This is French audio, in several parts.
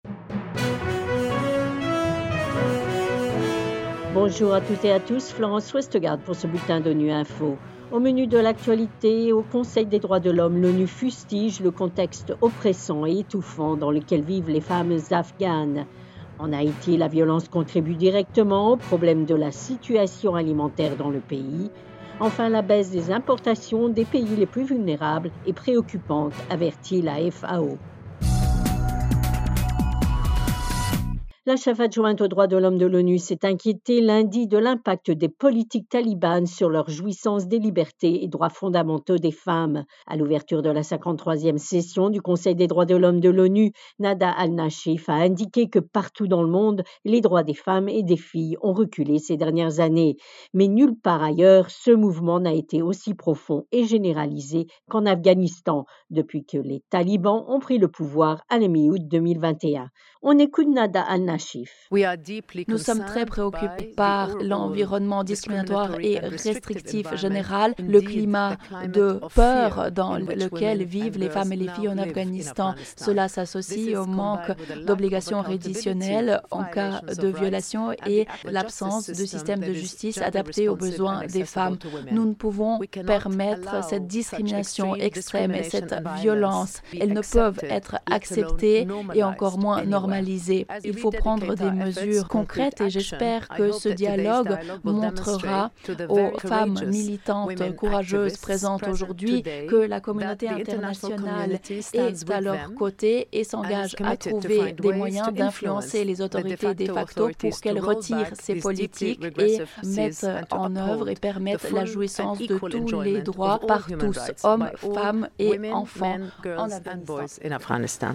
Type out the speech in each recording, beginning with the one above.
Bonjour à toutes et à tous, Florence Westgard pour ce bulletin d'ONU Info. Au menu de l'actualité, au Conseil des droits de l'homme, l'ONU fustige le contexte oppressant et étouffant dans lequel vivent les femmes afghanes. En Haïti, la violence contribue directement au problème de la situation alimentaire dans le pays. Enfin, la baisse des importations des pays les plus vulnérables est préoccupante, avertit la FAO. La chef adjointe aux droits de l'homme de l'ONU s'est inquiétée lundi de l'impact des politiques talibanes sur leur jouissance des libertés et droits fondamentaux des femmes. À l'ouverture de la 53e session du Conseil des droits de l'homme de l'ONU, Nada Al-Nashif a indiqué que partout dans le monde, les droits des femmes et des filles ont reculé ces dernières années. Mais nulle part ailleurs, ce mouvement n'a été aussi profond et généralisé qu'en Afghanistan, depuis que les talibans ont pris le pouvoir à la mi-août 2021. On écoute Nada Al-Nashif. Nous sommes très préoccupés par l'environnement discriminatoire et restrictif général, le climat de peur dans lequel vivent les femmes et les filles en Afghanistan. Cela s'associe au manque d'obligations réditionnelles en cas de violation et l'absence de système de justice adapté aux besoins des femmes. Nous ne pouvons permettre cette discrimination extrême et cette violence. Elles ne peuvent être acceptées et encore moins normalisées. Il faut prendre des mesures concrètes et j'espère que ce dialogue montrera aux femmes militantes courageuses présentes aujourd'hui que la communauté internationale est à leur côté et s'engage à trouver des moyens d'influencer les autorités de facto pour qu'elles retirent ces politiques et mettent en œuvre et permettent la jouissance de tous les droits par tous, hommes, femmes et enfants en Afghanistan.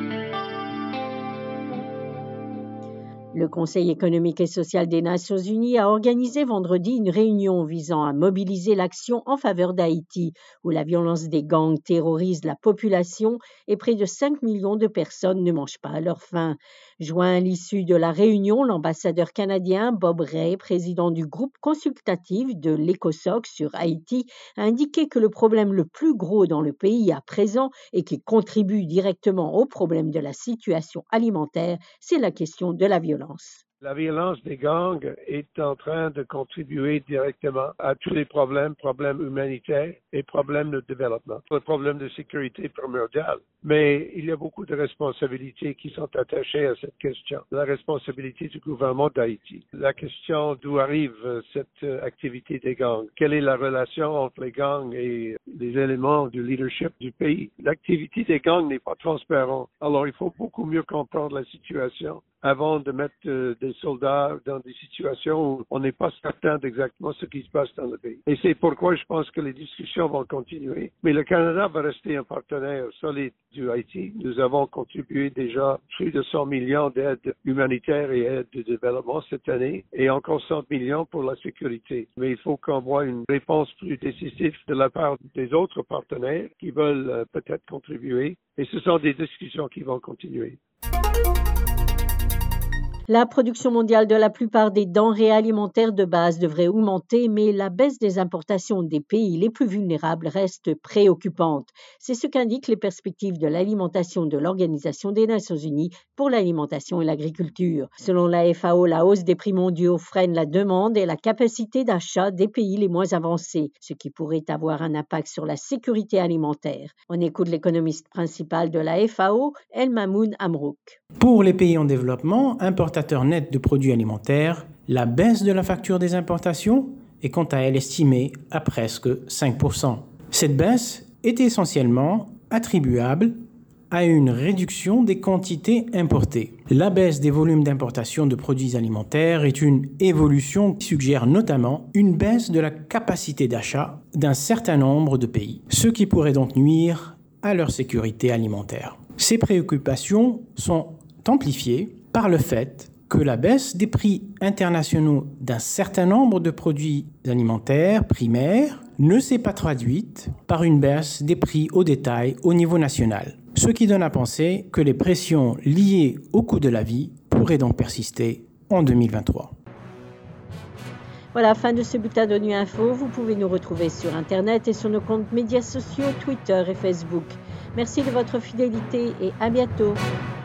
Le Conseil économique et social des Nations unies a organisé vendredi une réunion visant à mobiliser l'action en faveur d'Haïti, où la violence des gangs terrorise la population et près de 5 millions de personnes ne mangent pas à leur faim. Joint à l'issue de la réunion, l'ambassadeur canadien Bob Rae, président du groupe consultatif de l'ECOSOC sur Haïti, a indiqué que le problème le plus gros dans le pays à présent et qui contribue directement au problème de la situation alimentaire, c'est la question de la violence. La violence des gangs est en train de contribuer directement à tous les problèmes humanitaires et problèmes de développement, le problème de sécurité primordial. Mais il y a beaucoup de responsabilités qui sont attachées à cette question. La responsabilité du gouvernement d'Haïti. La question d'où arrive cette activité des gangs. Quelle est la relation entre les gangs et les éléments du leadership du pays? L'activité des gangs n'est pas transparente. Alors il faut beaucoup mieux comprendre la situation avant de mettre des soldats dans des situations où on n'est pas certain d'exactement ce qui se passe dans le pays. Et c'est pourquoi je pense que les discussions vont continuer. Mais le Canada va rester un partenaire solide du Haïti. Nous avons contribué déjà plus de 100 millions d'aides humanitaires et aides de développement cette année et encore 100 millions pour la sécurité. Mais il faut qu'on voit une réponse plus décisive de la part des autres partenaires qui veulent peut-être contribuer. Et ce sont des discussions qui vont continuer. La production mondiale de la plupart des denrées alimentaires de base devrait augmenter, mais la baisse des importations des pays les plus vulnérables reste préoccupante. C'est ce qu'indiquent les perspectives de l'alimentation de l'Organisation des Nations Unies pour l'alimentation et l'agriculture. Selon la FAO, la hausse des prix mondiaux freine la demande et la capacité d'achat des pays les moins avancés, ce qui pourrait avoir un impact sur la sécurité alimentaire. On écoute l'économiste principal de la FAO, El Mamoun Amrouk. Pour les pays en développement, importateurs nets de produits alimentaires, la baisse de la facture des importations est quant à elle estimée à presque 5%. Cette baisse est essentiellement attribuable à une réduction des quantités importées. La baisse des volumes d'importation de produits alimentaires est une évolution qui suggère notamment une baisse de la capacité d'achat d'un certain nombre de pays, ce qui pourrait donc nuire à leur sécurité alimentaire. Ces préoccupations sont amplifiées par le fait que la baisse des prix internationaux d'un certain nombre de produits alimentaires primaires ne s'est pas traduite par une baisse des prix au détail au niveau national, ce qui donne à penser que les pressions liées au coût de la vie pourraient donc persister en 2023. Voilà, fin de ce bulletin d'ONU Info. Vous pouvez nous retrouver sur Internet et sur nos comptes médias sociaux, Twitter et Facebook. Merci de votre fidélité et à bientôt.